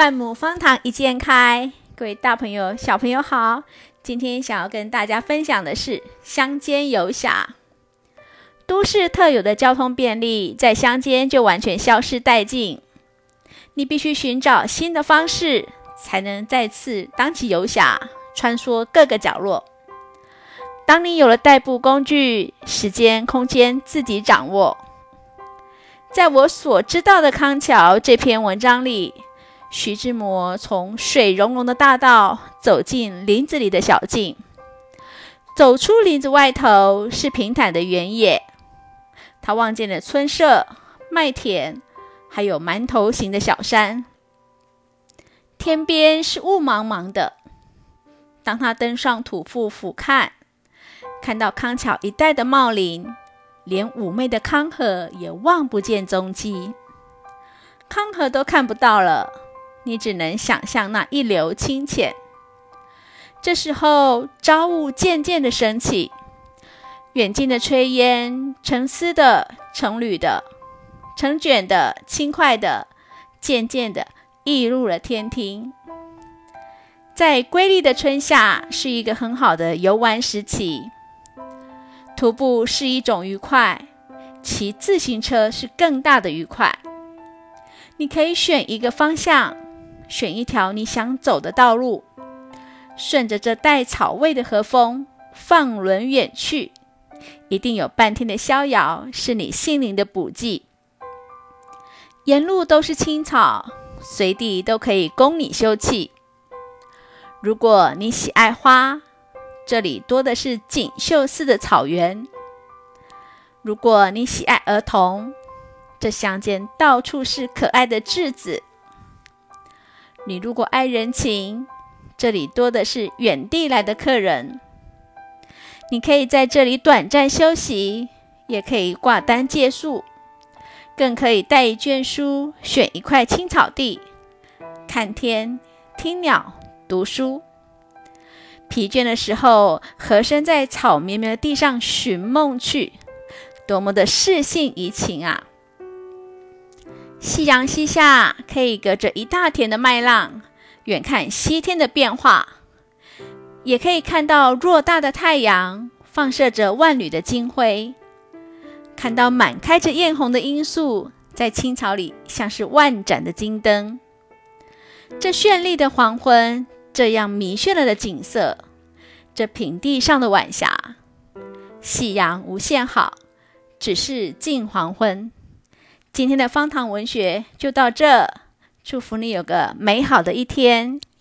半亩方塘一鉴开，各位大朋友小朋友好，今天想要跟大家分享的是乡间游侠。都市特有的交通便利在乡间就完全消失殆尽，你必须寻找新的方式才能再次当起游侠，穿梭各个角落。当你有了代步工具，时间空间自己掌握。在我所知道的康桥这篇文章里，徐志摩从水溶溶的大道走进林子里的小径，走出林子外头是平坦的原野，他望见了村舍、麦田，还有馒头形的小山。天边是雾茫茫的，当他登上土阜俯瞰，看到康桥一带的茂林，连妩媚的康河也望不见踪迹。康河都看不到了，你只能想象那一流清浅。这时候朝雾渐渐的升起，远近的炊烟成丝的、成缕的、成卷的、轻快的，渐渐的溢入了天庭。在瑰丽的春夏是一个很好的游玩时期，徒步是一种愉快，骑自行车是更大的愉快。你可以选一个方向，选一条你想走的道路，顺着这带草味的河风放轮远去，一定有半天的逍遥是你心灵的补剂。沿路都是青草，随地都可以供你休憩。如果你喜爱花，这里多的是锦绣似的草原。如果你喜爱儿童，这乡间到处是可爱的稚子。你如果爱人情，这里多的是远地来的客人。你可以在这里短暂休息，也可以挂单借宿，更可以带一卷书，选一块青草地，看天、听鸟、读书。疲倦的时候，和身在草绵绵的地上寻梦去，多么的适性怡情啊！夕阳西下，可以隔着一大田的麦浪，远看西天的变化，也可以看到偌大的太阳放射着万缕的金辉，看到满开着艳红的罂粟在青草里像是万盏的金灯。这绚丽的黄昏，这样迷眩了的景色，这平地上的晚霞，夕阳无限好，只是近黄昏。今天的方塘文学就到这，祝福你有个美好的一天。